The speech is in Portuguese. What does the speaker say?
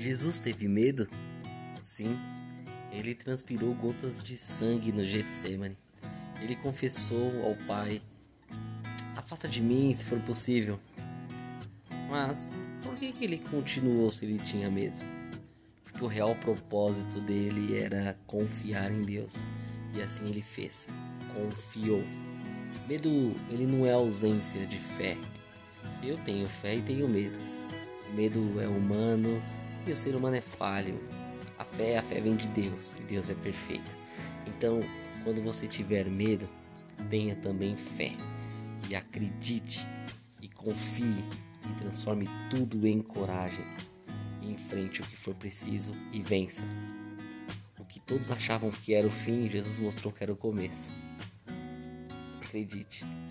Jesus teve medo? Sim, ele transpirou gotas de sangue no Getsemane. Ele confessou ao Pai: afasta de mim, se for possível. Mas por que ele continuou se ele tinha medo? Porque o real propósito dele era confiar em Deus. E assim ele fez. Confiou. Medo, ele não é ausência de fé. Eu tenho fé e tenho medo. O medo é humano e o ser humano é falho. A fé vem de Deus e Deus é perfeito. Então, quando você tiver medo, tenha também fé. E acredite e confie e transforme tudo em coragem. E enfrente o que for preciso e vença. O que todos achavam que era o fim, Jesus mostrou que era o começo. Acredite.